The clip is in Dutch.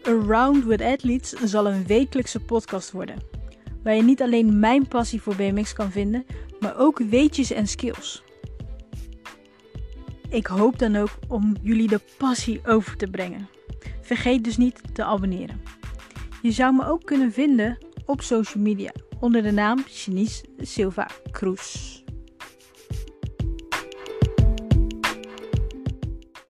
Around with Athletes zal een wekelijkse podcast worden, waar je niet alleen mijn passie voor BMX kan vinden, maar ook weetjes en skills. Ik hoop dan ook om jullie de passie over te brengen. Vergeet dus niet te abonneren. Je zou me ook kunnen vinden op social media onder de naam Shanice Silva Cruz.